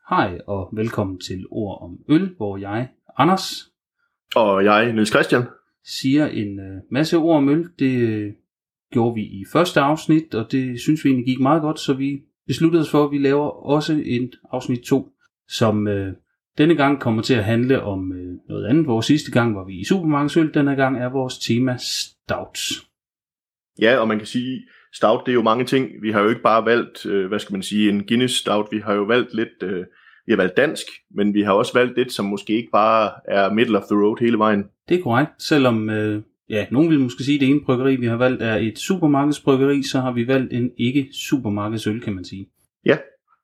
Hej og velkommen til Ord om Øl, hvor jeg, Anders, og jeg, Niels Christian, siger en masse ord om øl. Det gjorde vi i første afsnit, og det synes vi egentlig gik meget godt, så vi besluttede os for, at vi laver også en afsnit 2, som denne gang kommer til at handle om noget andet. Vores sidste gang var vi i supermarkedsøl, denne gang er vores tema stouts. Ja, og man kan sige, stout, det er jo mange ting. Vi har jo ikke bare valgt, en Guinness stout. Vi har jo valgt lidt, vi har valgt dansk, men vi har også valgt lidt, som måske ikke bare er middle of the road hele vejen. Det er korrekt, selvom nogen vil måske sige, at det ene bryggeri, vi har valgt, er et supermarkedsbryggeri, så har vi valgt en ikke supermarkedsøl, kan man sige. Ja,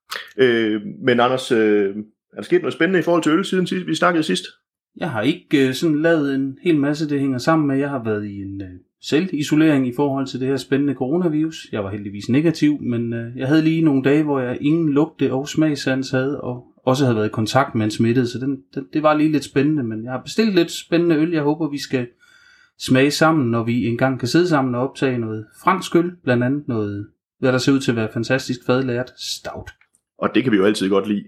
men Anders, er der sket noget spændende i forhold til øl, siden vi snakkede sidst? Jeg har ikke sådan lavet en hel masse, det hænger sammen med. Jeg har været i en selvisolering i forhold til det her spændende coronavirus. Jeg var heldigvis negativ, men jeg havde lige nogle dage, hvor jeg ingen lugte- og smagssans havde, og også havde været i kontakt med en smittet, så det var lige lidt spændende. Men jeg har bestilt lidt spændende øl. Jeg håber, vi skal smage sammen, når vi engang kan sidde sammen og optage noget fransk øl, blandt andet noget, hvad der ser ud til at være fantastisk fadlært stout. Og det kan vi jo altid godt lide.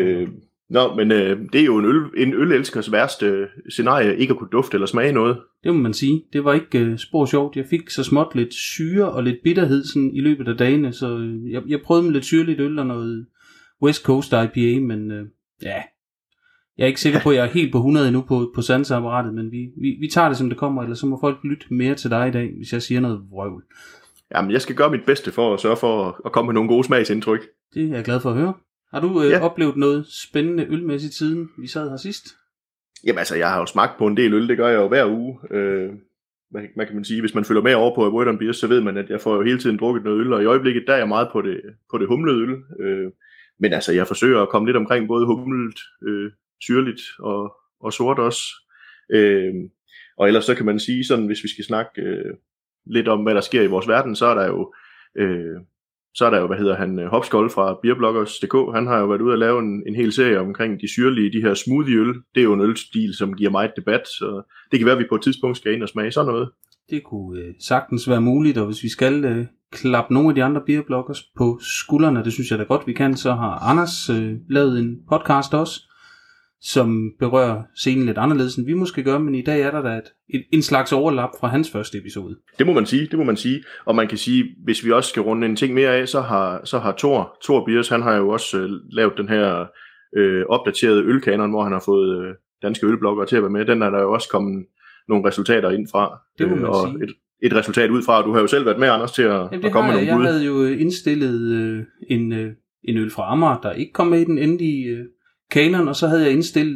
Det er jo en ølelskers værste scenarie, ikke at kunne dufte eller smage noget. Det må man sige. Det var ikke spor sjovt. Jeg fik så småt lidt syre og lidt bitterhed sådan, i løbet af dagene, så jeg prøvede med lidt syrligt øl og noget West Coast IPA, men jeg er ikke sikker på, at jeg er helt på 100 endnu på sanseapparatet, men vi tager det, som det kommer, eller så må folk lytte mere til dig i dag, hvis jeg siger noget vrøvl. Jamen, jeg skal gøre mit bedste for at sørge for at komme med nogle gode smagsindtryk. Det er jeg glad for at høre. Har du oplevet noget spændende ølmæssigt siden vi sad her sidst? Jamen altså, jeg har jo smagt på en del øl, det gør jeg jo hver uge. Hvad kan man sige? Hvis man følger med over på Word & Beers, så ved man, at jeg får jo hele tiden drukket noget øl, og i øjeblikket der er jeg meget på det humlede øl. Men altså, jeg forsøger at komme lidt omkring både humlet, syrligt og sort også. Og ellers så kan man sige sådan, hvis vi skal snakke lidt om, hvad der sker i vores verden, så er der jo... Hopskold fra Beerbloggers.dk, han har jo været ude at lave en hel serie omkring de syrlige, de her smoothie-øl. Det er jo en ølstil, som giver meget debat, så det kan være, at vi på et tidspunkt skal ind og smage sådan noget. Det kunne sagtens være muligt, og hvis vi skal klappe nogle af de andre Beerbloggers på skuldrene, det synes jeg da godt, vi kan, så har Anders lavet en podcast også, som berører scenen lidt anderledes, end vi måske gør, men i dag er der da en slags overlap fra hans første episode. Det må man sige. Og man kan sige, hvis vi også skal runde en ting mere af, så har Thor Beers, han har jo også lavet den her opdaterede ølkanon, hvor han har fået danske ølbloggere til at være med. Den er der jo også kommet nogle resultater ind fra. Det må man sige. Et resultat ud fra, og du har jo selv været med, Anders, til at komme med nogle bud. Jeg havde jo indstillet en øl fra Amager, der ikke kom med i den endelige kanon, og så havde jeg indstillet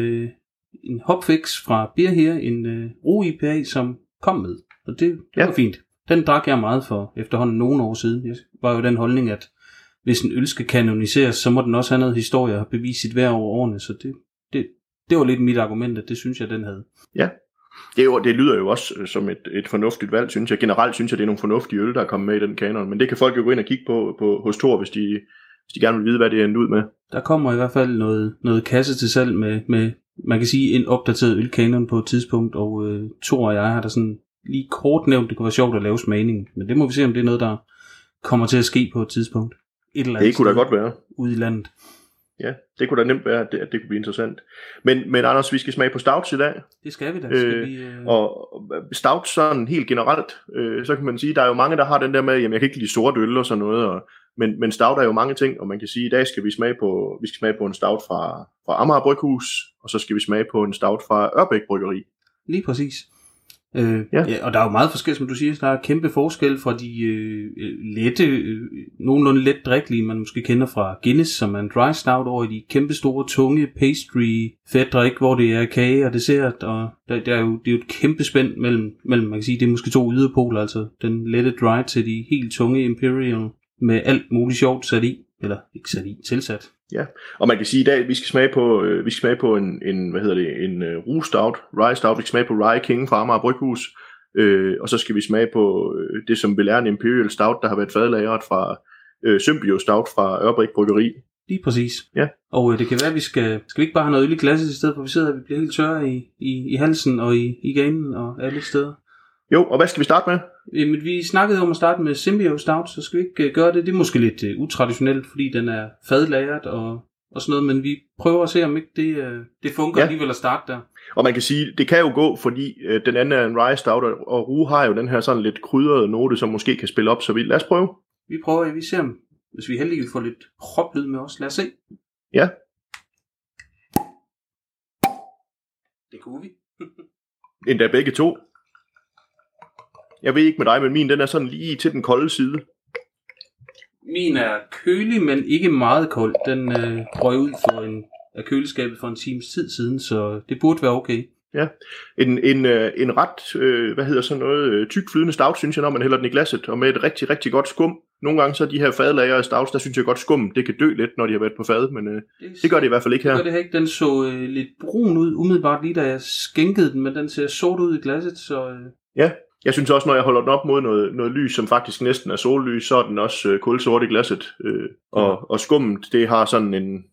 en hopfix fra Beer her, en ro IPA, som kom med. Og det var fint. Den drak jeg meget for efterhånden nogle år siden. Jeg var jo den holdning, at hvis en øl skal kanoniseres, så må den også have noget historie og bevise sit værd over årene. Så det var lidt mit argument, at det synes jeg, den havde. Ja, det lyder jo også som et fornuftigt valg, synes jeg. Generelt synes jeg, det er nogle fornuftige øl, der er kommet med i den kanon. Men det kan folk jo gå ind og kigge på hos Thor, hvis de gerne vil vide, hvad det er endt ud med. Der kommer i hvert fald noget kasse til salg med man kan sige, en opdateret ølkanon på et tidspunkt, og Thor og jeg har der sådan lige kort nævnt, det kunne være sjovt at lave smagning, men det må vi se, om det er noget, der kommer til at ske på et tidspunkt. Et eller andet det kunne da godt være. Ude i landet. Ja, det kunne da nemt være, at det kunne blive interessant. Men Anders, vi skal smage på stouts i dag. Det skal vi da. Og stouts sådan helt generelt, så kan man sige, der er jo mange, der har den der med, jamen jeg kan ikke lide sort øl og sådan noget, men stout er jo mange ting, og man kan sige, at i dag skal vi smage på en stout fra Amager Bryghus, og så skal vi smage på en stout fra Ørbæk Bryggeri. Lige præcis. Og der er jo meget forskel, som du siger, der er kæmpe forskel fra de lette, nogenlunde let drikkelige, man måske kender fra Guinness, som er en dry stout, over i de kæmpe store, tunge pastry fætdrik, hvor det er kage og dessert, og det er jo et kæmpe spænd mellem, man kan sige, det er måske to yderpoler, altså den lette dry til de helt tunge imperial, med alt muligt sjovt sat i, eller ikke sat i, tilsat. Ja, og man kan sige i dag, vi skal smage på en Rye Stout, Rye Stout, vi skal smage på Rye King fra Amager Bryghus, og så skal vi smage på det, som vil er en Imperial Stout, der har været fadlagret fra Symbio Stout fra Ørbæk Bryggeri. Lige præcis. Ja. Og det kan være, at vi skal vi ikke bare have noget øl i glasset i stedet for, vi sidder og vi bliver helt tørre i halsen og i ganen og alle steder. Jo, og hvad skal vi starte med? Jamen, vi snakkede om at starte med Symbio Stout, så skal vi ikke gøre det. Det er måske lidt utraditionelt, fordi den er fadlagret, og og sådan noget, men vi prøver at se, om ikke det fungerer alligevel at starte der. Og man kan sige, det kan jo gå, fordi den anden er en rye stout, og Rue har jo den her sådan lidt krydrede note, som måske kan spille op, så lad os prøve. Vi prøver, vi ser, om hvis vi er heldige, vi får lidt hoplyd med os. Lad os se. Ja. Det kunne vi. Endda begge to. Jeg ved ikke med dig, men min den er sådan lige til den kolde side. Min er kølig, men ikke meget kold. Den røg ud af køleskabet for en times tid siden, så det burde være okay. Ja, en ret, hvad hedder sådan noget, tyk flydende stout, synes jeg, når man hælder den i glasset, og med et rigtig, rigtig godt skum. Nogle gange så de her fadlager af stouts, der synes jeg godt skum, det kan dø lidt, når de har været på fad, men det gør det i hvert fald ikke her. Det gør det her ikke. Den så lidt brun ud, umiddelbart lige da jeg skænkede den, men den ser sort ud i glasset, så... Ja, jeg synes også, når jeg holder den op mod noget lys, som faktisk næsten er sollys, så er den også kulsort i glasset. Og skummet, det har sådan en...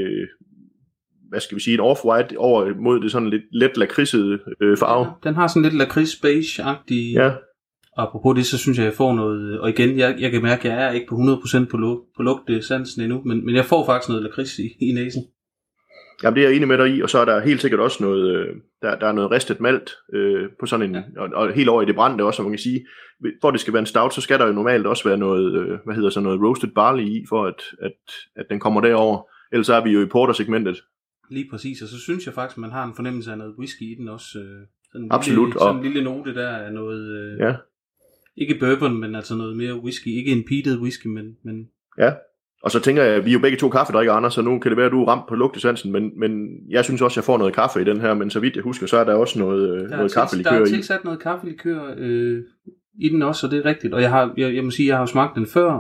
hvad skal vi sige, en off-white over mod det sådan lidt let lakridsede farve. Ja, den har sådan lidt lakrids-beige-agtig. Ja. Apropos det, så synes jeg får noget, og igen, jeg kan mærke, at jeg er ikke på 100% på lugtesansen endnu, men jeg får faktisk noget lakrids i næsen. Jamen det er jeg enig med dig i, og så er der helt sikkert også noget, der er noget ristet malt på sådan en, og helt over i det brændte også, som man kan sige, for det skal være en stout, så skal der jo normalt også være noget, noget roasted barley i, for at den kommer derover. Ellers er vi jo i porter-segmentet. Lige præcis, og så synes jeg faktisk, at man har en fornemmelse af noget whisky i den også. Sådan Absolut. Sådan en lille note der er noget, ikke bourbon, men altså noget mere whisky. Ikke en peated whisky, men... Ja, og så tænker jeg, at vi er jo begge to kaffedrikker, Anders, så nu kan det være, at du er ramt på lugtesansen, men jeg synes også, at jeg får noget kaffe i den her, men så vidt jeg husker, så er der også noget kaffelikør i. Der er tilsat noget kaffelikør i den også, og det er rigtigt. Og jeg må sige, at jeg har smagt den før,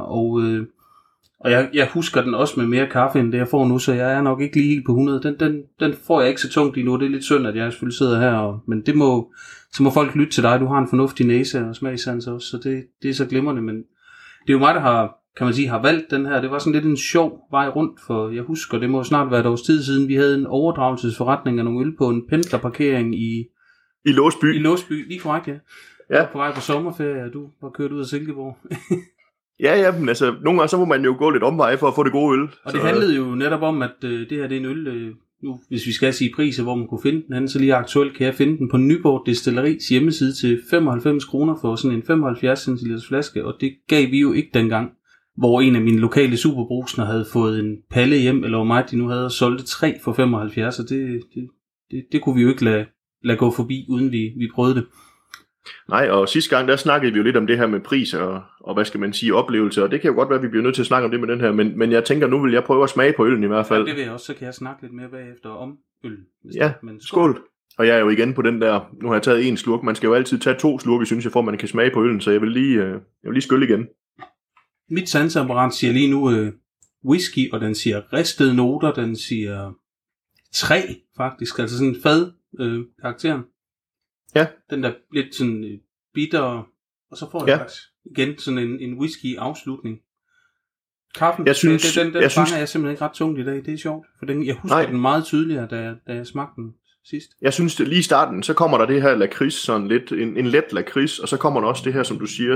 og jeg husker den også med mere kaffe, end det jeg får nu, så jeg er nok ikke lige helt på 100. Den får jeg ikke så tungt i nu, det er lidt synd, at jeg selvfølgelig sidder her, men så må folk lytte til dig, du har en fornuftig næse og smagsans også, så det er så glimrende, men det er jo mig, der har valgt den her. Det var sådan lidt en sjov vej rundt, for jeg husker, det må snart være et års tid siden, vi havde en overdragelsesforretning af nogle øl på en pendlerparkering i Låsby. I Låsby, lige korrekt, ja. Jeg var på vej på sommerferie, og du var kørt ud af Silkeborg. Ja, men altså, nogle gange så må man jo gå lidt omveje for at få det gode øl. Og det handlede jo netop om, at det her det er en øl, nu hvis vi skal sige priser, hvor man kunne finde den, så lige aktuelt kan jeg finde den på Nyborg Destilleris hjemmeside til 95 kroner for sådan en 75 cl flaske, og det gav vi jo ikke dengang, hvor en af mine lokale superbrugsener havde fået en palle hjem, eller hvor meget de nu havde, og solgte 3 for 75, og det kunne vi jo ikke lade gå forbi, uden vi prøvede det. Nej, og sidste gang, der snakkede vi jo lidt om det her med pris og hvad skal man sige, oplevelse, og det kan jo godt være, at vi bliver nødt til at snakke om det med den her, men jeg tænker, nu vil jeg prøve at smage på øllen i hvert fald. Ja, det vil jeg også, så kan jeg snakke lidt mere bagefter om øllen. Ja, men skål. Og jeg er jo igen på den der, nu har jeg taget 1 slurk, man skal jo altid tage 2 slurke, synes jeg, for at man kan smage på øllen, så jeg vil lige skylle igen. Mit sanseapparat siger lige nu whisky, og den siger ristede noter, den siger træ faktisk, altså sådan en fad karakteren. Ja. Den der lidt sådan bitter, og så får jeg faktisk igen sådan en whisky afslutning. Kaffen, den fanger jeg simpelthen ikke ret tungt i dag, det er sjovt, for jeg husker den meget tydeligere, da jeg smagte den sidst. Jeg synes, det lige i starten, så kommer der det her lakrids, sådan lidt, en let lakrids, og så kommer der også det her, som du siger,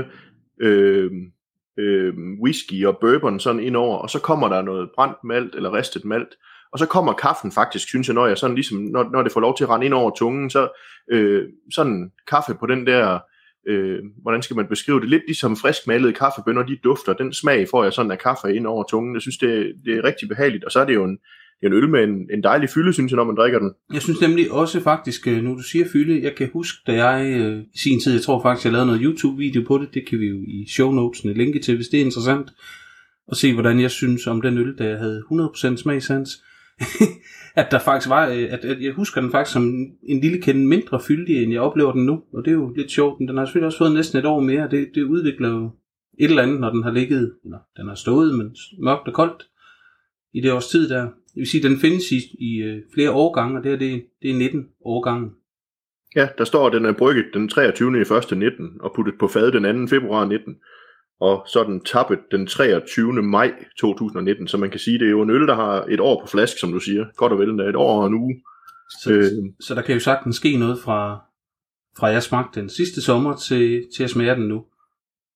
whisky og bourbon sådan indover, og så kommer der noget brændt malt, eller ristet malt, og så kommer kaffen faktisk, synes jeg, når jeg sådan ligesom, når det får lov til at rende ind over tungen, så sådan kaffe på den der, hvordan skal man beskrive det, lidt ligesom friskmalede kaffebønner, de dufter, den smag får jeg sådan af kaffe ind over tungen. Jeg synes, det er rigtig behageligt, og så er det jo en øl med en dejlig fylde, synes jeg, når man drikker den. Jeg synes nemlig også faktisk, nu du siger fylde, jeg kan huske, da jeg i sin tid, jeg tror faktisk, jeg lavede noget YouTube-video på det kan vi jo i shownotesene linke til, hvis det er interessant, at se, hvordan jeg synes om den øl, da jeg havde 100% smagsans. At der faktisk var, at jeg husker den faktisk som en lille kende mindre fyldig, end jeg oplever den nu, og det er jo lidt sjovt, men den har selvfølgelig også fået næsten et år mere, det udvikler jo et eller andet, når den har ligget, eller den har stået, men mørkt og koldt i det års tid der. Det vil sige, at den findes i flere årgange, og det er 19 årgange. Ja, der står, at den er brygget den 23. i 1. 19, og puttet på fad den 2. februar 19. Og så er den tappet den 23. maj 2019, så man kan sige, det er jo en øl, der har et år på flaske, som du siger. Godt og vel, der er et år og en uge. Så der kan jo sagtens ske noget fra jeg smagte den sidste sommer til at smage den nu.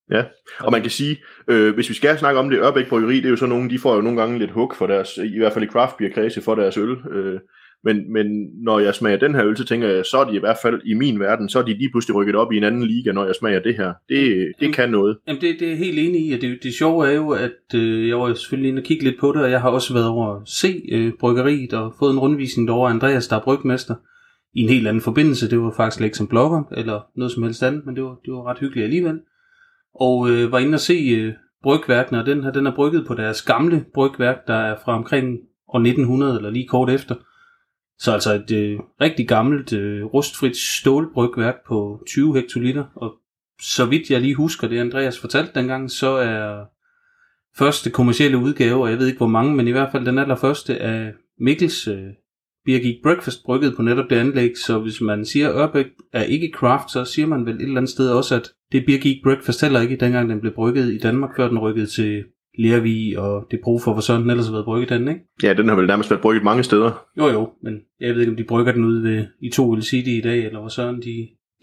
Ja, og man kan sige, hvis vi skal snakke om det, Ørbæk Bryggeri, det er jo så nogen, de får jo nogle gange lidt hug for deres, i hvert fald i craft beer kredse, for deres øl. Men når jeg smager den her øl, så tænker jeg, så er de i hvert fald i min verden, så er de lige pludselig rykket op i en anden liga, når jeg smager det her. Det kan noget. Jamen det er jeg helt enig i, og det sjove er jo, at jeg var selvfølgelig inde og kigge lidt på det, og jeg har også været over at se bryggeriet og fået en rundvisning derovre af Andreas, der er brygmester, i en helt anden forbindelse. Det var faktisk ikke som blogger eller noget som helst andet, men det var ret hyggeligt alligevel. Og var inde og se brygværken, og den er brygget på deres gamle brygværk, der er fra omkring år 1900 eller lige kort efter. Så altså et rigtig gammelt rustfrit stålbrygværk på 20 hektoliter, og så vidt jeg lige husker det Andreas fortalte dengang, så er første kommercielle udgave, og jeg ved ikke hvor mange, men i hvert fald den allerførste af Mikkels Beer Geek Breakfast brygget på netop det anlæg. Så hvis man siger Ørbæk er ikke craft, så siger man vel et eller andet sted også, at det Beer Geek Breakfast heller ikke dengang den blev brygget i Danmark, før den rykkede til Lervig og det brug for, hvor sådan den ellers har været brygget den, ikke? Ja, den har vel nærmest været brygget mange steder. Jo, men jeg ved ikke, om de brygger den ude ved, i Toel City i dag, eller hvor sådan de...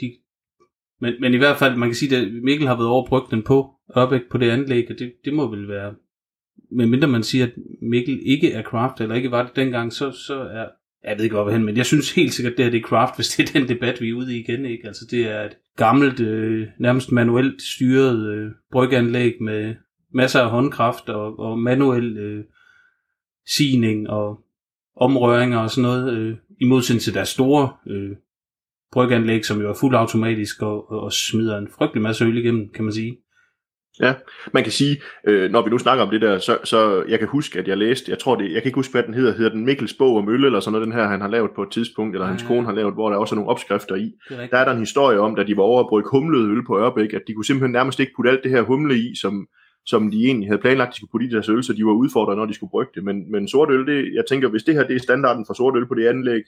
Men i hvert fald, man kan sige, at Mikkel har været over brygget den på Ørbæk på det anlæg, og det må vel være... Men mindre man siger, at Mikkel ikke er craft, eller ikke var det dengang, så er... Jeg ved ikke, hvor vi hen, men jeg synes helt sikkert, det er craft, hvis det er den debat, vi er ude i igen, ikke? Altså, det er et gammelt, nærmest manuelt styret bryggeanlæg med masser af håndkraft og manuel signing og omrøringer og sådan noget, i modsætning til deres store bryggeanlæg, som jo er fuldautomatisk og smider en frygtelig masse øl igennem, kan man sige. Ja, man kan sige, når vi nu snakker om det der, så jeg kan huske, at jeg læste, jeg kan ikke huske, hvad den hedder den Mikkels bog om øl, eller sådan noget, den her, han har lavet på et tidspunkt, eller hans kone har lavet, hvor der også er nogle opskrifter i. Der er der en historie om, da de var over at brygge humlet øl på Ørbæk, at de kunne simpelthen nærmest ikke putte alt det her humle i, som de egentlig havde planlagt, de skulle putte i deres øl, så de var udfordret, når de skulle brygge det. Men sort øl, jeg tænker, hvis det her det er standarden for sort øl på det anlæg,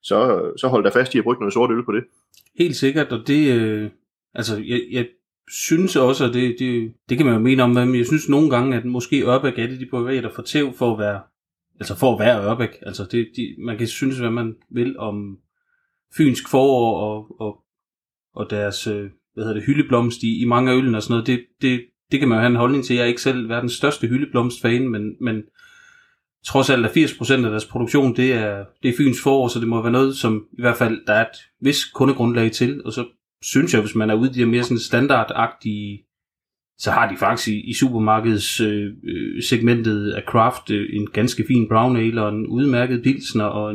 så hold der fast i at brygge noget sort øl på det. Helt sikkert, og det, altså, jeg synes også, og det kan man jo mene om, men jeg synes nogle gange, at måske Ørbæk er det de bryggerier, der får tæv for at være Ørbæk. Altså man kan synes, hvad man vil om fynsk forår og deres hyldeblomst i mange af øllen og sådan noget. Det kan man jo have en holdning til. Jeg er ikke selv verdens største hyldeblomstfan, men trods alt er 80% af deres produktion, det er fyns forår, så det må være noget, som i hvert fald der er et vis kundegrundlag til, og så synes jeg, hvis man er ude i de mere sådan standardagtige, så har de faktisk i supermarkedets segmentet af craft en ganske fin brown ale og en udmærket pilsner og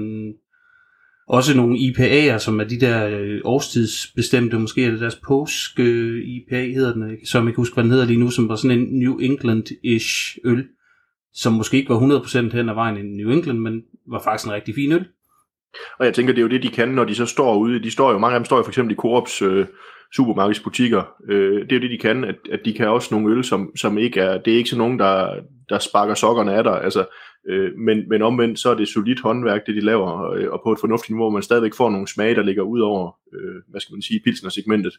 også nogle IPA'er, som er de der årstidsbestemte, måske er det deres påsk IPA hedder den, ikke? Som jeg ikke husker, hvad den hedder lige nu, som var sådan en New England-ish øl, som måske ikke var 100% hen ad vejen i New England, men var faktisk en rigtig fin øl. Og jeg tænker, det er jo det, de kan, når de så står ude. Mange af dem står jo for eksempel i Coops supermarkedsbutikker. Det er jo det, de kan, at de kan også nogle øl, som ikke er... Det er ikke sådan nogen, der sparker sokkerne af dig. Altså, men omvendt, så er det solidt håndværk, det de laver, og på et fornuftigt niveau, hvor man stadigvæk får nogle smage, der ligger ud over, hvad skal man sige, pilsner-segmentet.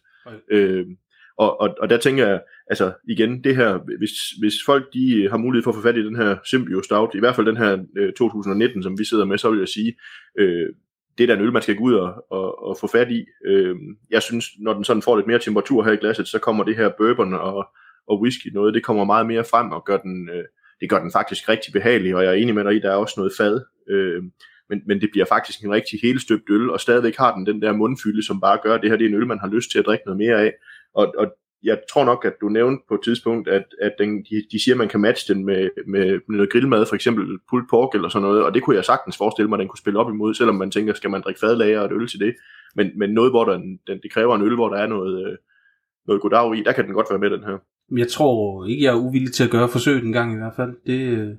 Og der tænker jeg, altså igen, det her, hvis folk de har mulighed for at få fat i den her Symbio Stout, i hvert fald den her 2019, som vi sidder med, så vil jeg sige, det er da en øl, man skal gå ud og få fat i. Jeg synes, når den sådan får lidt mere temperatur her i glasset, så kommer det her bourbon og whisky noget, det kommer meget mere frem og det gør den faktisk rigtig behagelig, og jeg er enig med dig i, der er også noget fad. Men det bliver faktisk en rigtig helstøbt øl, og stadigvæk har den der mundfylde, som bare gør, at det her det er en øl, man har lyst til at drikke noget mere af. Og jeg tror nok, at du nævnte på et tidspunkt, at de siger, at man kan matche den med noget grillmad, for eksempel pulled pork eller sådan noget, og det kunne jeg sagtens forestille mig, at den kunne spille op imod, selvom man tænker, skal man drikke fadlager og et øl til det. Men noget, hvor det kræver en øl, hvor der er noget goddag i, der kan den godt være med, den her. Jeg tror ikke, jeg er uvillig til at gøre forsøget en gang i hvert fald. Det...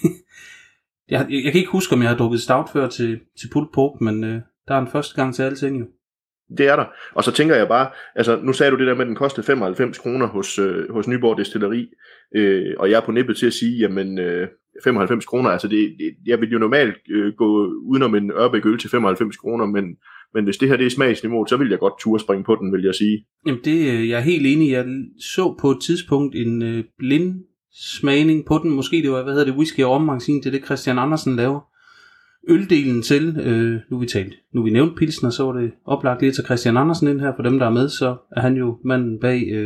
jeg kan ikke huske, om jeg har drukket stout før til pulled pork, men der er en første gang til alting jo. Det er der. Og så tænker jeg bare, altså nu sagde du det der med, at den kostede 95 kroner hos Nyborg Destilleri, og jeg er på nippet til at sige, jamen 95 kroner, altså jeg vil jo normalt gå udenom en Ørbæk øl til 95 kroner, men hvis det her det er smagsniveau, så vil jeg godt turde springe på den, vil jeg sige. Jamen jeg er helt enig. Jeg så på et tidspunkt en blind smagning på den, måske det var, whisky og rommagasin, det er det Christian Andersen laver. Øldelen til, nu vi nævnt pilsner, så var det oplagt lidt til Christian Andersen ind her, for dem der er med, så er han jo manden bag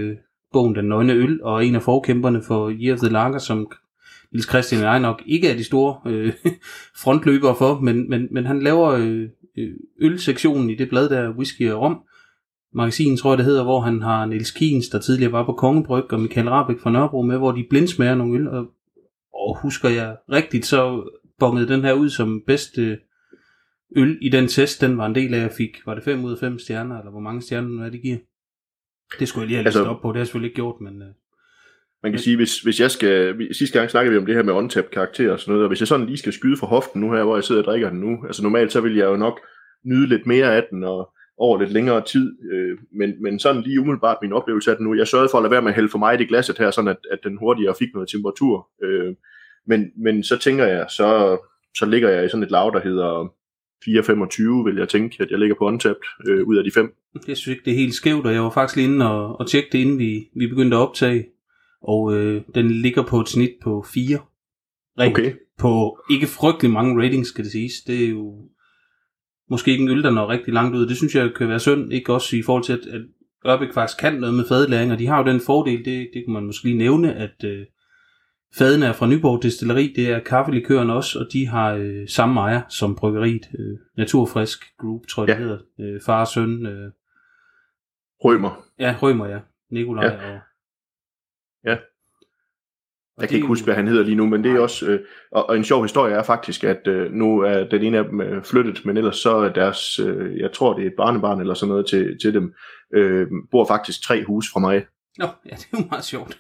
bogen Den Nøgne Øl, og en af forkæmperne for Year of the Lager, som Niels Christian og jeg nok ikke er de store frontløbere for, men han laver ølsektionen i det blad der, Whisky og Rom, magasin, tror jeg det hedder, hvor han har Niels Kiens, der tidligere var på Kongebryg, og Michael Rahbek fra Nørrebro med, hvor de blindsmager nogle øl, og husker jeg rigtigt, så bongede den her ud som bedste øl i den test, den var en del af, jeg fik, var det 5 ud af 5 stjerner, eller hvor mange stjerner nu er det giver? Det skulle jeg lige have listet op på, det har jeg selvfølgelig ikke gjort, men... Man kan sige, hvis jeg skal... Sidste gang snakkede vi om det her med untapped karakter og sådan noget, og hvis jeg sådan lige skal skyde fra hoften nu her, hvor jeg sidder og drikker den nu, altså normalt så vil jeg jo nok nyde lidt mere af den, og over lidt længere tid, men sådan lige umiddelbart min oplevelse af den nu, jeg sørgede for at lade være med at hælde for meget i glasset her, sådan at den hurtigere fik noget temperatur, men så tænker jeg, så ligger jeg i sådan et lav, der hedder 4,25, vil jeg tænke, at jeg ligger på untapped ud af de 5. Jeg synes ikke, det er helt skævt, og jeg var faktisk lige inde og tjekke det, inden vi begyndte at optage, og den ligger på et snit på 4. Okay. På ikke frygtelig mange ratings, skal det siges. Det er jo måske ikke en øl, der når rigtig langt ud. Det synes jeg kan være synd, ikke også i forhold til, at Ørbæk faktisk kan noget med fadlæring, og de har jo den fordel, det kan man måske lige nævne, at fadene er fra Nyborg Destilleri, det er kaffelikøren også, og de har samme ejer som bryggeriet, Naturfrisk Group, tror jeg det hedder, far og søn. Rømer. Ja, Rømer, ja. Nikolaj og... Ja. Jeg kan ikke huske, hvad han hedder lige nu, men det er også... Og en sjov historie er faktisk, at nu er den ene af dem flyttet, men ellers så er deres... jeg tror, det er et barnebarn eller sådan noget til dem, bor faktisk 3 huse fra mig. Nå, ja, det er jo meget sjovt.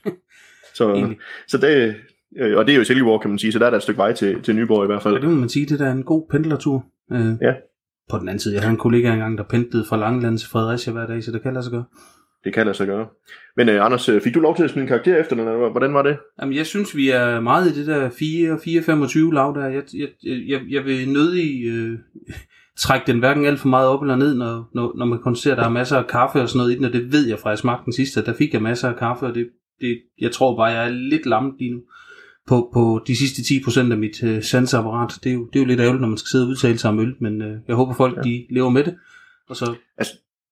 Så det... Og det er jo i Silkeborg, kan man sige, så der er der et stykke vej til Nyborg i hvert fald. Ja, det må man sige, det der er en god pendlertur. Ja. På den anden side, jeg havde en kollega engang, der pendlede fra Langeland til Fredericia hver dag, så det kan lade sig gøre. Det kan lade sig gøre. Men Anders, fik du lov til at smide en karakter efter den, eller hvordan var det? Jamen, jeg synes, vi er meget i det der 4-25 lav der. Jeg vil nødig trække den hverken alt for meget op eller ned, når man konstaterer, at der er masser af kaffe og sådan noget i den, og det ved jeg fra, jeg smagte den sidste, at der fik jeg masser af kaffe, og jeg tror bare, jeg er lidt lammet lige nu på de sidste 10% af mit sansapparat. Det er jo lidt ærgerligt, når man skal sidde og udtale sig om øl, men jeg håber folk, de lever med det. Og så... Altså,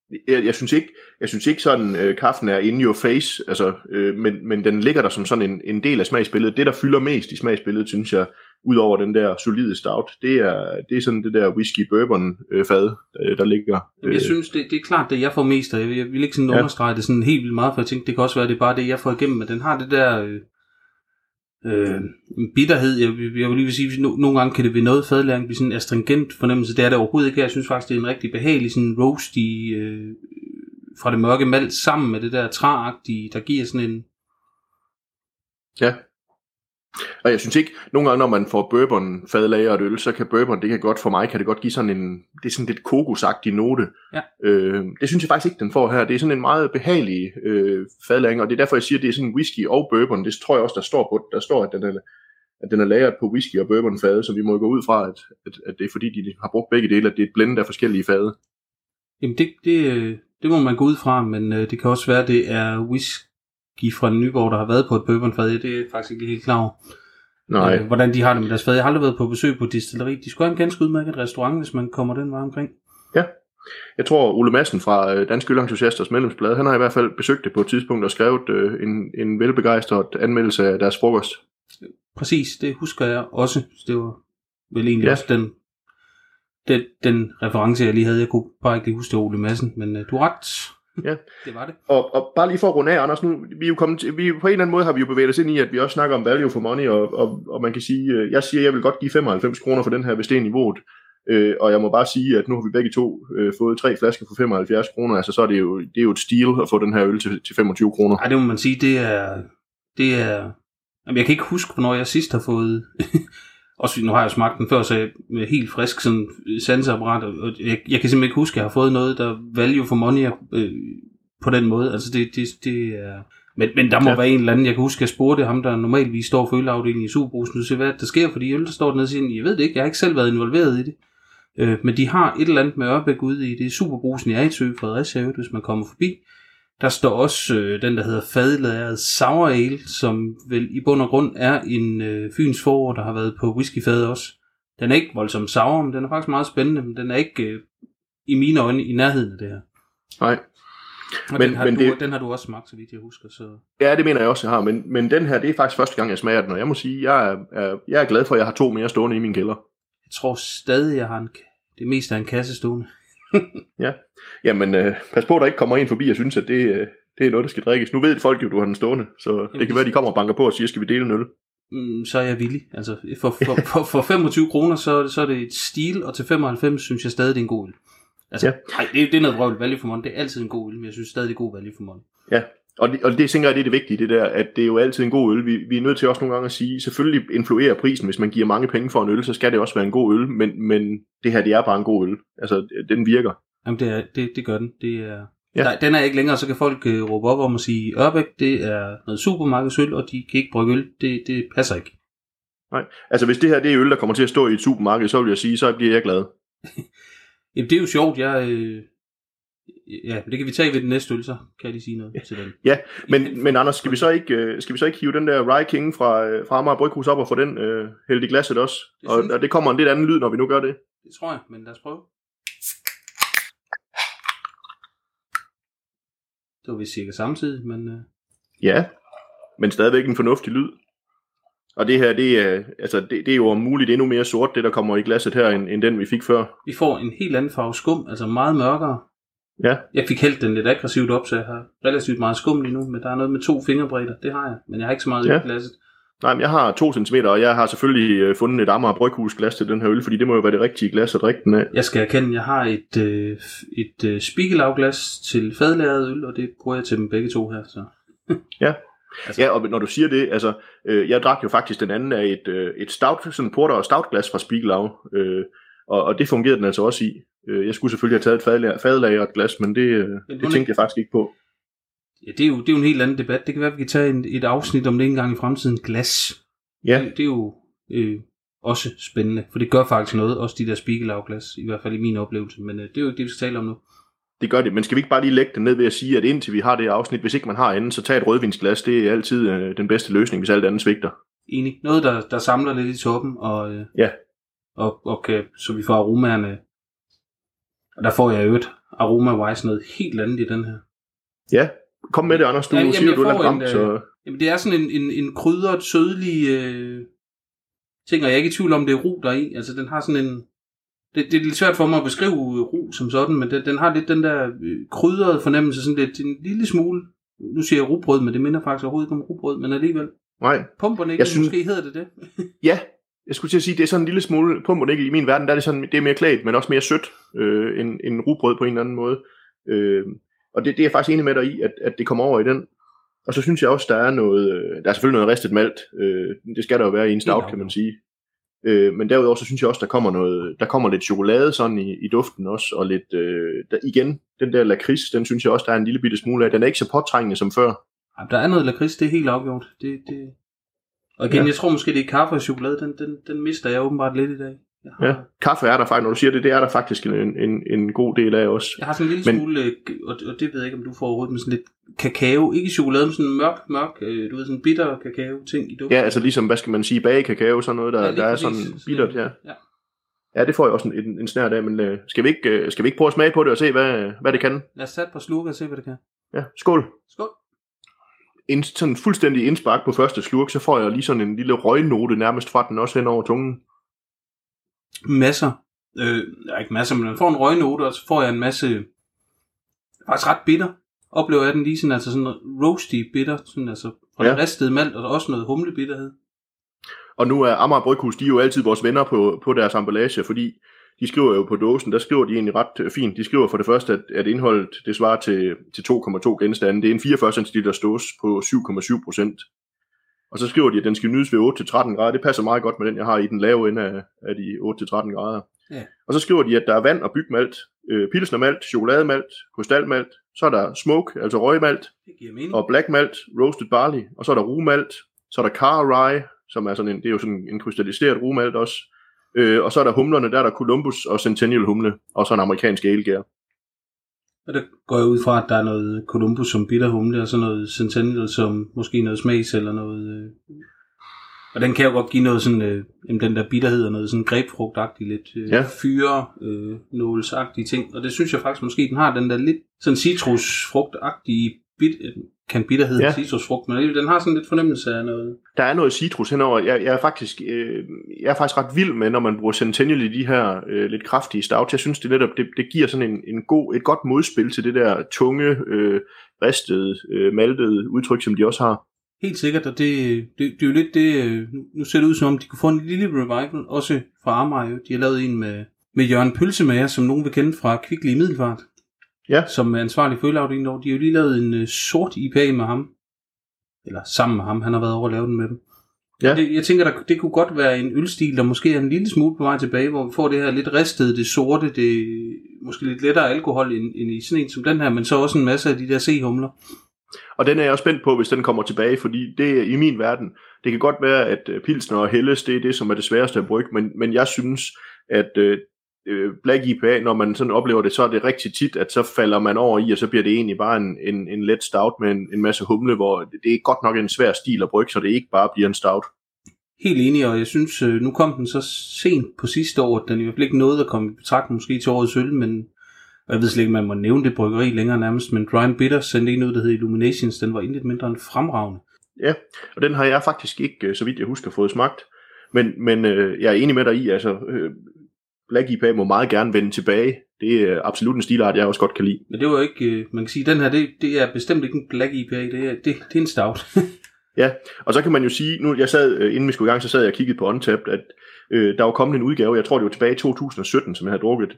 jeg synes ikke sådan, kaffen er in your face, altså, men den ligger der som sådan en del af smagsbilledet. Det, der fylder mest i smagsbilledet, synes jeg, ud over den der solide stout, det er sådan det der whisky bourbon fad, der ligger. Jeg synes, det er klart det, jeg får mest af. Jeg vil ikke sådan understrege det sådan helt vildt meget, for jeg tænkte, det kan også være, det er bare det, jeg får igennem, men den har det der bitterhed. Jeg vil lige sige, nogle gange kan det ved noget fadlæring blive sådan en astringent fornemmelse. Det er det overhovedet ikke. Jeg synes faktisk, det er en rigtig behagelig sådan roasty fra det mørke malt sammen med det der træagtige, der giver sådan en... Ja. Og jeg synes ikke, nogle gange når man får bourbon fadlagret øl, så kan bourbon, det kan godt for mig, kan det godt give sådan en, det er sådan lidt kokosagtig note. Ja. Det synes jeg faktisk ikke, den får her. Det er sådan en meget behagelig fadlagring, og det er derfor, jeg siger, at det er sådan whisky og bourbon. Det tror jeg også, der står at den er lagret på whisky og bourbon fade, så vi må gå ud fra, at det er fordi, de har brugt begge dele, at det er et blend af forskellige fade. Jamen det må man gå ud fra, men det kan også være, at det er whisky fra Nyborg, der har været på et bourbonfad. Det er faktisk ikke helt klar over. Nej. Hvordan de har det med deres fad. Jeg har aldrig været på besøg på destilleri. De skulle have en ganske udmærket restaurant, hvis man kommer den vej omkring. Ja. Jeg tror, Ole Madsen fra Danske Ølentusiasters medlemsblad, han har i hvert fald besøgt det på et tidspunkt og skrevet en velbegejstret anmeldelse af deres frokost. Præcis, det husker jeg også. Det var vel egentlig også den reference, jeg lige havde. Jeg kunne bare ikke lige huske det, Ole Madsen, men du har ret. Ja. Det var det. Og bare lige for at runde af, Anders, nu, vi er jo kommet til, på en eller anden måde har vi jo bevæget os ind i, at vi også snakker om value for money, og man kan sige, jeg siger, jeg vil godt give 95 kroner for den her, hvis det er niveauet. Og jeg må bare sige, at nu har vi begge to fået 3 flasker for 75 kroner, altså så er det er jo et steal at få den her øl til 25 kroner. Ej, det må man sige, det er... Jamen, jeg kan ikke huske, hvornår jeg sidst har fået... Også nu har jeg smagt den før, så jeg med helt frisk sådan sanseapparat, og jeg kan simpelthen ikke huske, at jeg har fået noget, der value for money på den måde. Altså det er... Men der må være en eller anden, jeg kan huske, at jeg spurgte ham, der normalvis står for ølafdelingen i Superbrusen, så hvad der sker for de øl, der står dernede og siger, jeg ved det ikke, jeg har ikke selv været involveret i det. Men de har et eller andet med Ørbæk ude i det Superbrusen i Agersø, Fredericia, hvis man kommer forbi. Der står også den, der hedder fadlagret Sour Ale, som vel i bund og grund er en Fyns forår, der har været på whiskyfad også. Den er ikke voldsomt sour, men den er faktisk meget spændende, men den er ikke i mine øjne i nærheden af det her. Nej. Den har du også smagt, så vidt jeg husker. Så... Ja, det mener jeg også, jeg har. Men den her, det er faktisk første gang, jeg smager den, og jeg må sige, jeg er glad for, at jeg har 2 mere stående i min kælder. Jeg tror stadig, jeg har det meste af en kasse stående. Ja, jamen pas på, at der ikke kommer en forbi og synes, at det er noget, der skal drikkes. Nu ved folk jo, du har den stående, så jamen, det kan være, de kommer og banker på og siger, skal vi dele en øl? Så er jeg villig. Altså, for 25 kroner, så er det et stil, og til 95 synes jeg stadig, det er en god øl. Altså, nej, det er noget vrøvl, value for money. Det er altid en god øl, men jeg synes stadig, det er god value for money. Ja, og det tænker jeg, det er det vigtige, det der, at det er jo altid en god øl. Vi er nødt til også nogle gange at sige, selvfølgelig influerer prisen, hvis man giver mange penge for en øl, så skal det også være en god øl, men det her, det er bare en god øl. Altså, den virker. Jamen, det gør den. Det er... Ja. Nej, den er ikke længere, så kan folk råbe op om at sige, Ørbæk, det er noget supermarkedsøl, og de kan ikke brygge øl. Det passer ikke. Nej, altså hvis det her det er øl, der kommer til at stå i et supermarked, så vil jeg sige, så bliver jeg glad. Jamen, det er jo sjovt. Ja, det kan vi tage ved den næste øl, så kan jeg lige sige noget til den. Ja, men Anders, skal vi så ikke hive den der Rye King fra Amager Bryghus op og få den hældt i glasset også? Og det kommer en lidt anden lyd, når vi nu gør det. Det tror jeg, men lad os prøve. Det var vist cirka samtidig, men... Ja, men stadigvæk en fornuftig lyd. Og det her, det er jo om muligt endnu mere sort, det der kommer i glasset her, end den vi fik før. Vi får en helt anden farve skum, altså meget mørkere. Ja. Jeg fik hældt den lidt aggressivt op, så jeg har relativt meget skum lige nu, men der er noget med 2 fingerbredder, det har jeg, men jeg har ikke så meget i glasset. Nej, men jeg har 2 cm, og jeg har selvfølgelig fundet et Amager Bryghus glas til den her øl, fordi det må jo være det rigtige glas at drikke den af. Jeg skal erkende, jeg har et Spiegelau-glas til fadlagret øl, og det bruger jeg til dem begge to her. Så. Ja. Altså. Ja, og når du siger det, altså, jeg drak jo faktisk den anden af et stout, sådan porter og stout glas fra Spiegelau, og det fungerede den altså også i. Jeg skulle selvfølgelig have taget et fadlagret glas, men det tænkte jeg faktisk ikke på. Ja, det er jo en helt anden debat. Det kan være, at vi kan tage et afsnit om det en gang i fremtiden. Glas. Ja. Det er jo også spændende, for det gør faktisk noget, også de der Spiegelau-glas, i hvert fald i min oplevelse, men det er jo ikke det, vi skal tale om nu. Det gør det, men skal vi ikke bare lige lægge det ned ved at sige, at indtil vi har det afsnit, hvis ikke man har andet, så tag et rødvinsglas, det er altid den bedste løsning, hvis alt andet svigter. Enig. Noget, der samler lidt i toppen, og så vi får aromaerne, og der får jeg jo et aroma-wise noget helt andet i den her. Ja, kom med det, Anders, du siger, du er ramt, så... Jamen, det er sådan en krydret, sødlig ting, og jeg er ikke i tvivl om, det er ru der i. Altså, den har sådan en... Det er lidt svært for mig at beskrive ru som sådan, men den har lidt den der krydrede fornemmelse, sådan lidt en lille smule. Nu siger jeg rugbrød, men det minder faktisk overhovedet ikke om rugbrød, men alligevel. Nej. Pumpernickel, måske hedder det. Ja, jeg skulle til at sige, det er sådan en lille smule pumpernickel i min verden, der er det er mere klædt, men også mere sødt end rugbrød på en eller anden måde. Og det er jeg faktisk enig med dig i, at det kommer over i den. Og så synes jeg også, der er selvfølgelig noget ristet malt. Det skal der jo være i en stout, kan man sige. Men derudover så synes jeg også, der kommer lidt chokolade sådan i duften også, og lidt, igen, den der lakrids, den synes jeg også, der er en lille bitte smule af. Den er ikke så påtrængende som før. Ja, der er noget lakrids, det er helt afgjort. Og igen, jeg tror måske, det er kaffe og chokolade, den mister jeg åbenbart lidt i dag. Ja, kaffe er der faktisk, når du siger det er der faktisk en god del af også. Jeg har sådan en lille smule, og det ved jeg ikke, om du får overhovedet, med sådan lidt kakao, ikke chokolade, men sådan mørk, du ved, sådan bitter kakao ting i duften. Ja, altså ligesom, hvad skal man sige, bagekakao, sådan noget, der er sådan bittert, ja. Ja, det får jeg også en snært af, men skal vi ikke prøve at smage på det og se, hvad det kan? Lad os tage et par slurker og se, hvad det kan. Ja, skål. Skål. Sådan fuldstændig indspark på første slurk, så får jeg lige sådan en lille røgnote nærmest fra den også hen over tungen. Masser. Ikke masser, men man får en røgnote, og så får jeg en masse, faktisk ret bitter. Oplever jeg den lige sådan, altså sådan roasty bitter, sådan altså fra det ristede malt, og også noget humlebitterhed. Og nu er Amager Bryghus, de er jo altid vores venner på deres emballage, fordi de skriver jo på dåsen, der skriver de egentlig ret fint. De skriver for det første, at indholdet, det svarer til 2,2 genstande. Det er en 44 cm dåse på 7,7%. Og så skriver de, at den skal nydes ved 8-13 grader. Det passer meget godt med den, jeg har i den lave ende af de 8-13 grader. Ja. Og så skriver de, at der er vand og bygmalt, pilsnermalt, chokolademalt, krystalmalt, så er der smoke, altså røgmalt, og black malt, roasted barley, og så er der rugmalt, så er der car rye, som er sådan det er jo sådan en krystalliseret rugmalt også. Og så er der humlerne, der er der Columbus og Centennial humle, og så en amerikansk alegær. Og der går jeg ud fra, at der er noget Columbus som bitter humle, og så noget Centennial som måske noget smags eller noget... Og den kan jo godt give noget sådan, den der bitterhed og noget sådan grapefrugtagtigt, lidt nålsagtige ting. Og det synes jeg faktisk måske, den har den der lidt sådan citrusfrugtagtige bitterhed af citrusfrugt, men den har sådan lidt fornemmelse af noget. Der er noget citrus henover. Jeg er faktisk ret vild med, når man bruger Centennial i de her lidt kraftige stouts. Jeg synes, det giver sådan et godt modspil til det der tunge, ristede, maltede udtryk, som de også har. Helt sikkert, og det er jo lidt det, nu ser det ud som om, de kunne få en lille revival, også fra Amager. De har lavet en med Jørgen Pølsemager, som nogen vil kende fra Kvickly i Middelfart. Ja. Som er ansvarlig for ølafdelingen over. De har jo lige lavet en sort IPA med ham. Eller sammen med ham. Han har været over at lave den med dem. Ja. Jeg tænker, det kunne godt være en ølstil, der måske er en lille smule på vej tilbage, hvor vi får det her lidt ristede, det sorte, det måske lidt lettere alkohol end i sådan en som den her, men så også en masse af de der C-humler. Og den er jeg også spændt på, hvis den kommer tilbage, fordi det er i min verden. Det kan godt være, at Pilsner og Helles, det er det, som er det sværeste at brygge, men jeg synes, at Black IPA, når man sådan oplever det, så er det rigtig tit, at så falder man over i, og så bliver det egentlig bare en let stout med en masse humle, hvor det er godt nok en svær stil at brygge, så det ikke bare bliver en stout. Helt enig, og jeg synes, nu kom den så sent på sidste år, at den i hvert fald ikke nåede at komme i betragtning måske til årets øl, men jeg ved slet ikke, man må nævne det bryggeri længere nærmest, men Dry & Bitter sendte en ud, der hed Illuminations, den var intet mindre end fremragende. Ja, og den har jeg faktisk ikke, så vidt jeg husker, fået smagt, men jeg er enig med dig i, altså Black IPA må meget gerne vende tilbage. Det er absolut en stilart, jeg også godt kan lide. Men det var ikke, man kan sige, den her, det er bestemt ikke en Black IPA, det er en stout. Ja, og så kan man jo sige, nu jeg sad, inden vi skulle i gang, så sad jeg og kiggede på Untappd, at der var kommet en udgave, jeg tror det var tilbage i 2017, som jeg havde drukket.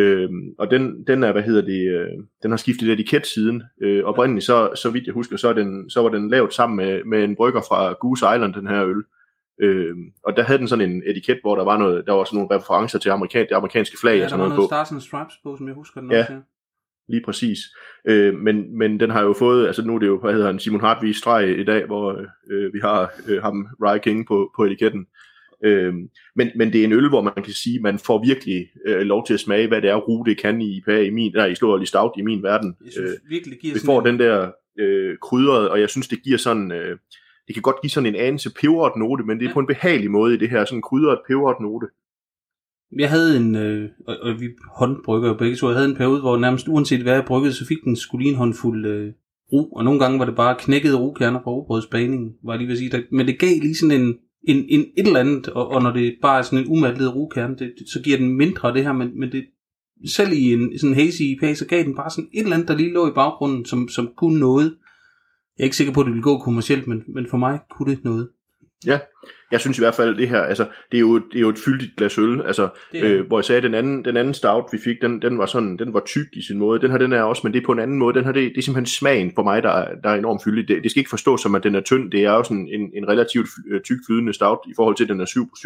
Og den er, den har skiftet etiket siden. Oprindeligt, så vidt jeg husker, så var den lavet sammen med en brygger fra Goose Island, den her øl. Og der havde den sådan en etiket, hvor der var sådan nogle referencer til det amerikanske flag og sådan noget på. Ja, der var noget Stars and Stripes på, som jeg husker den også. Ja, lige præcis. Men den har jo fået, altså nu er det jo, hvad hedder han, Simon Hartwig streg i dag, hvor vi har ham, Rye King, på etiketten. Men det er en øl, hvor man kan sige, man får virkelig lov til at smage, hvad det er, rute kan i IPA i stor stout i min verden. Jeg synes virkelig giver vi får den der krydret, og jeg synes, det giver sådan... Det kan godt give sådan en anelse peberet note, men det er på en behagelig måde i det her, sådan krydret peberet note. Jeg havde og vi håndbrygger jo begge to, jeg havde en periode, hvor nærmest uanset hvad jeg bryggede, så fik den skulle lige en håndfuld ro, og nogle gange var det bare knækkede rokerner fra rugbrødsbaningen, var jeg lige ved at sige. Men det gav lige sådan en et eller andet, og når det bare er sådan en umattet rugkerne, så giver den mindre af det her, men det, selv i en sådan hazy IPA, så gav den bare sådan et eller andet, der lige lå i baggrunden, som kunne noget. Jeg er ikke sikker på, at det ville gå kommercielt, men for mig kunne det noget. Ja, jeg synes i hvert fald, det her, altså, det er jo et fyldigt glas øl, altså, hvor jeg sagde, den anden stout, vi fik, den var tyk i sin måde, den er også, men det er på en anden måde, det er simpelthen smagen for mig, der er enormt fyldig. Det skal ikke forstås som, at den er tynd, det er jo sådan en relativt tyk flydende stout, i forhold til, at den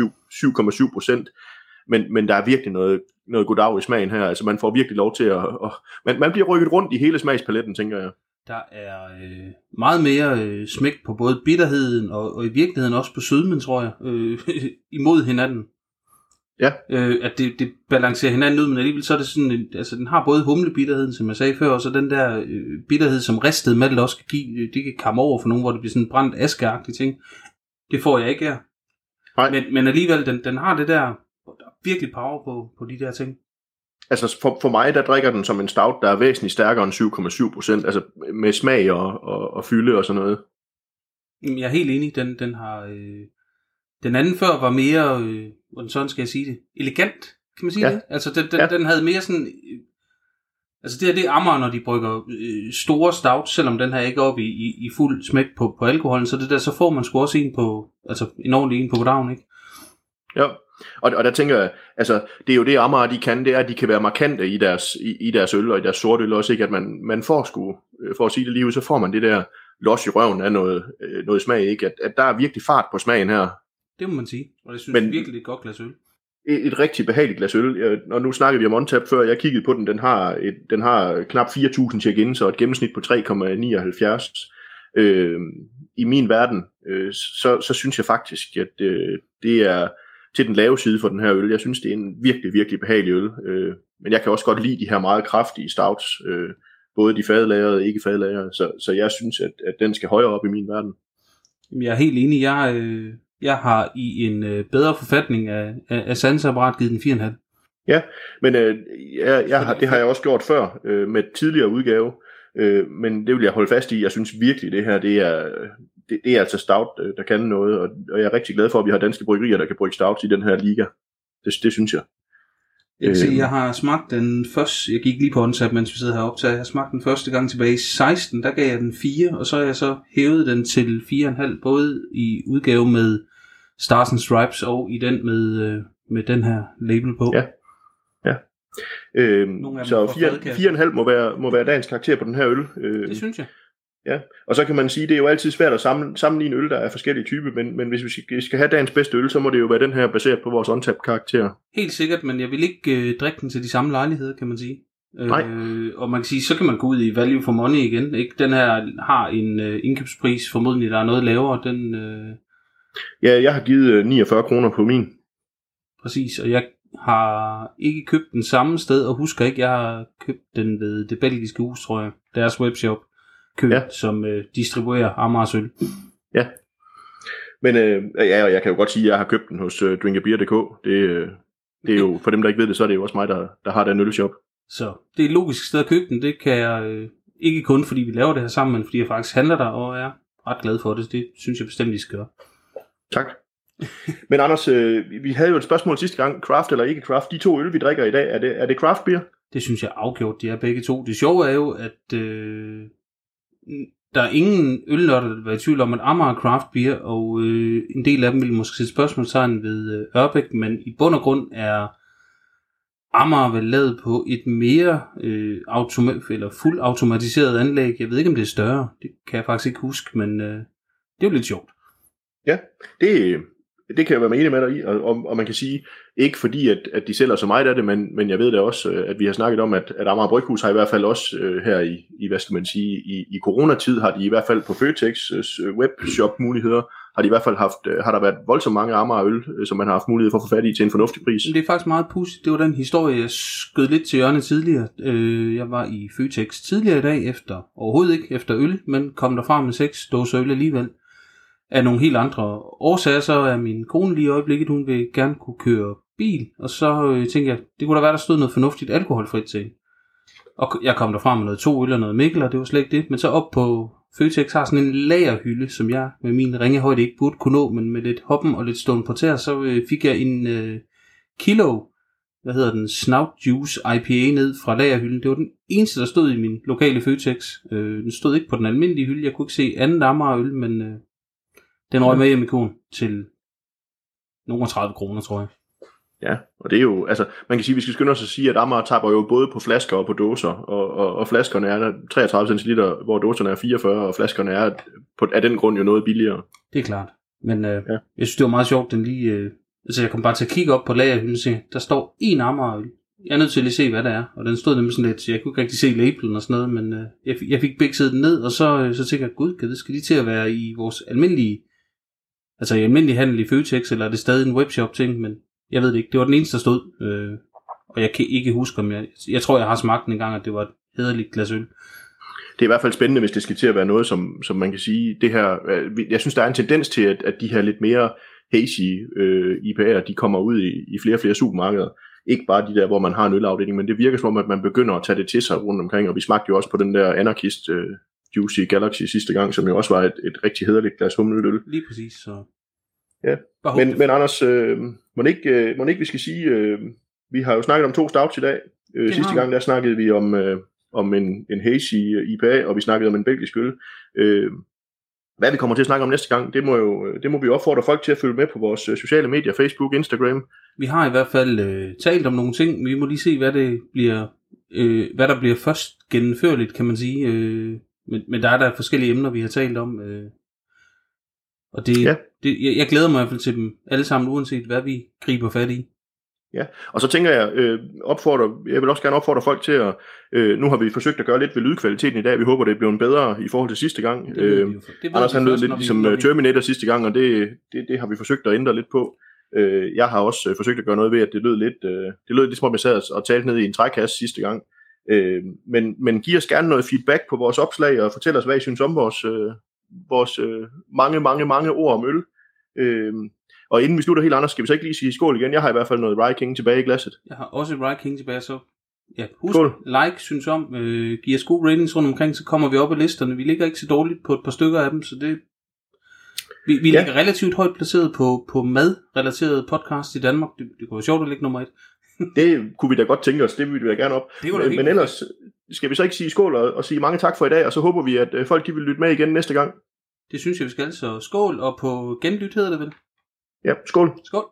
er 7,7%, men der er virkelig noget goddag i smagen her, altså man får virkelig lov til man bliver rykket rundt i hele smagspaletten, tænker jeg. Der er meget mere smæk på både bitterheden og i virkeligheden også på sødmen, tror jeg, imod hinanden. Ja. At det balancerer hinanden ud, men alligevel så er det sådan, altså den har både humlebitterheden, som jeg sagde før, og så den der bitterhed, som ristet malt også kan give, det kan komme over for nogen, hvor det bliver sådan brændt askeagtigt ting. Det får jeg ikke her. Nej. Men alligevel, den har det der er virkelig power på de der ting. Altså for mig, der drikker den som en stout, der er væsentligt stærkere end 7,7%, altså med smag og fylde og sådan noget. Jeg er helt enig, den har... den anden før var mere, hvordan sådan skal jeg sige det, elegant, kan man sige det? Altså den havde mere sådan... Altså det er Amager, når de brygger store stout, selvom den her ikke er oppe i fuld smæk på alkoholen, så det der, så får man sgu også en ordentlig en på goddagen, ikke? Ja. Og der tænker jeg, altså det er jo det Amager de kan, det er at de kan være markante i deres øl og i deres sorte øl også, ikke, at man får sgu, for at sige det lige ud, så får man det der los i røven af noget smag, ikke, at der er virkelig fart på smagen her. Det må man sige, og jeg synes virkelig det er et godt glas øl. Et rigtig behageligt glas øl, og nu snakkede vi om Untappd før, jeg kiggede på den, den har knap 4.000 check-ins og et gennemsnit på 3,79. I min verden, så synes jeg faktisk, at det er til den lave side for den her øl. Jeg synes, det er en virkelig, virkelig behagelig øl. Men jeg kan også godt lide de her meget kraftige stouts. Både de fadlagrede og ikke fadlagrede. Så jeg synes, at den skal højere op i min verden. Jeg er helt enig. Jeg har i en bedre forfatning af sanseapparat givet den 4,5. Ja, men det har jeg også gjort før med tidligere udgave, men det vil jeg holde fast i. Jeg synes virkelig, det her det er altså stout, der kan noget, og jeg er rigtig glad for, at vi har danske bryggerier, der kan brygge stouts i den her liga. Det synes jeg. Jeg kan se, jeg har smagt den første, jeg gik lige på OnTap, mens vi sidder heroppe, så jeg har smagt den første gang tilbage i 16, der gav jeg den 4, og så har jeg så hævet den til 4,5, både i udgave med Stars and Stripes og i den med den her label på. Ja. Så 4,5 må være dagens karakter på den her øl. Det synes jeg. Ja, og så kan man sige, det er jo altid svært at sammenligne øl, der er forskellige typer, men hvis vi skal have dagens bedste øl, så må det jo være den her baseret på vores OnTap-karakter. Helt sikkert, men jeg vil ikke drikke den til de samme lejligheder, kan man sige. Nej. Og man kan sige, så kan man gå ud i value for money igen. Ikke? Den her har en indkøbspris, formodentlig der er noget lavere. Ja, jeg har givet 49 kroner på min. Præcis, og jeg har ikke købt den samme sted, og husker ikke, jeg har købt den ved det belgiske hus, tror jeg. Deres webshop. Som distribuerer Amagers øl. Ja. Men og jeg kan jo godt sige, at jeg har købt den hos drinkabeer.dk. Det er jo, for dem der ikke ved det, så er det jo også mig, der har den ølshop. Så det er et logisk sted at købe den. Det kan jeg ikke kun fordi vi laver det her sammen, men fordi jeg faktisk handler der og er ret glad for det. Det synes jeg bestemt, vi skal gøre. Tak. Men Anders, vi havde jo et spørgsmål sidste gang. Craft eller ikke craft? De to øl, vi drikker i dag, er det craft beer? Det synes jeg afgjort, de er begge to. Det sjove er jo, at der er ingen ølnørder, der vil være i tvivl om, at Amager craft beer, og en del af dem vil måske sætte spørgsmålstegn ved Ørbæk, men i bund og grund er Amager vel lavet på et mere fuldt automatiseret anlæg. Jeg ved ikke, om det er større. Det kan jeg faktisk ikke huske, men det er jo lidt sjovt. Ja, det kan jeg være med enig med dig i, og man kan sige, ikke fordi, at de sælger så meget af det, men jeg ved da også, at vi har snakket om, at Amager Bryghus har i hvert fald også her i hvad skal man sige, i coronatid har de i hvert fald på Føtex' webshop-muligheder, har de i hvert fald har der været voldsomt mange Amager øl, som man har haft mulighed for at få fat i til en fornuftig pris. Det er faktisk meget pudsigt. Det var den historie, jeg skød lidt til hjørne tidligere. Jeg var i Føtex tidligere i dag, overhovedet ikke efter øl, men kom derfra med 6 dåser øl alligevel. Af nogle helt andre årsager, så er min kone lige i øjeblikket, hun vil gerne kunne køre bil, og så tænkte jeg, det kunne da være, der stod noget fornuftigt alkoholfrit til. Og jeg kom derfra med noget 2 øl og noget Mikkel, og det var slet ikke det. Men så op på Føtex har sådan en lagerhylde, som jeg med min ringehøjde ikke burde kunne nå, men med lidt hoppen og lidt stående på tæer, så fik jeg en kilo, Snout Juice IPA ned fra lagerhylden. Det var den eneste, der stod i min lokale Føtex. Den stod ikke på den almindelige hylde, jeg kunne ikke se anden Amager øl, men den røg med hjem i konen til nogle 30 kroner, tror jeg. Ja, og det er jo, altså, man kan sige, vi skal skynde os at sige, at Amager taber jo både på flasker og på dåser, og flaskerne er 33 centiliter, hvor dåserne er 44, og flaskerne er af den grund jo noget billigere. Det er klart, men jeg synes, det var meget sjovt, den lige, jeg kom bare til at kigge op på lagerhylden og se, der står en Amager. Jeg er nødt til at lige se, hvad det er, og den stod nemlig sådan lidt, jeg kunne ikke rigtig se labelen og sådan noget, men jeg fik bikset den ned, og så tænkte jeg, gud, skal de til at være i vores almindelige, altså i almindelig handel i Føtex, eller er det stadig en webshop ting, men jeg ved det ikke. Det var den eneste, der stod, og jeg kan ikke huske, om jeg tror, jeg har smagt den en gang, at det var et hæderligt glas øl. Det er i hvert fald spændende, hvis det skal til at være noget, som man kan sige, det her, jeg synes, der er en tendens til, at de her lidt mere hazy IPA'er, de kommer ud i flere og flere supermarkeder. Ikke bare de der, hvor man har en ølafdeling, men det virker som om, at man begynder at tage det til sig rundt omkring, og vi smagte jo også på den der Anarchist Juicy Galaxy sidste gang, som jo også var et rigtig hæderligt glas humleøl. Lige præcis, så. Ja, men Anders, må ikke vi skal sige, vi har jo snakket om 2 stouts i dag. Sidste gang der snakkede vi om en hazy IPA, og vi snakkede om en belgisk øl. Hvad vi kommer til at snakke om næste gang, det må vi opfordre folk til at følge med på vores sociale medier, Facebook, Instagram. Vi har i hvert fald talt om nogle ting. Vi må lige se, hvad der bliver først gennemførligt, kan man sige. Men der er der forskellige emner, vi har talt om. Og jeg glæder mig i hvert fald til dem alle sammen, uanset hvad vi griber fat i. Ja, og så tænker jeg, jeg vil også gerne opfordre folk til at, nu har vi forsøgt at gøre lidt ved lydkvaliteten i dag, vi håber det er blevet bedre i forhold til sidste gang. Anders han lød lidt ligesom Terminator sidste gang, og det har vi forsøgt at ændre lidt på. Jeg har også forsøgt at gøre noget ved, at det lød lidt som om jeg sad og talte ned i en trækasse sidste gang. Men giv os gerne noget feedback på vores opslag, og fortæl os, hvad I synes om vores mange ord om øl. Og inden vi slutter helt, Anders, skal vi så ikke lige sige skål igen? Jeg har i hvert fald noget Rye King tilbage i glasset. Jeg har også Rye King tilbage, så ja, husk, skål. like, synes om, giver os gode ratings rundt omkring, så kommer vi op i listerne. Vi ligger ikke så dårligt på et par stykker af dem, så det... Vi ligger relativt højt placeret på mad-relaterede podcast i Danmark. Det kunne være sjovt at ligge nummer 1. Det kunne vi da godt tænke os, det vil vi da gerne op. Men ellers skal vi så ikke sige skål og sige mange tak for i dag, og så håber vi, at folk de vil lytte med igen næste gang. Det synes jeg, vi skal. Så skål, og på genlyt hedder det vel? Ja, skål. Skål.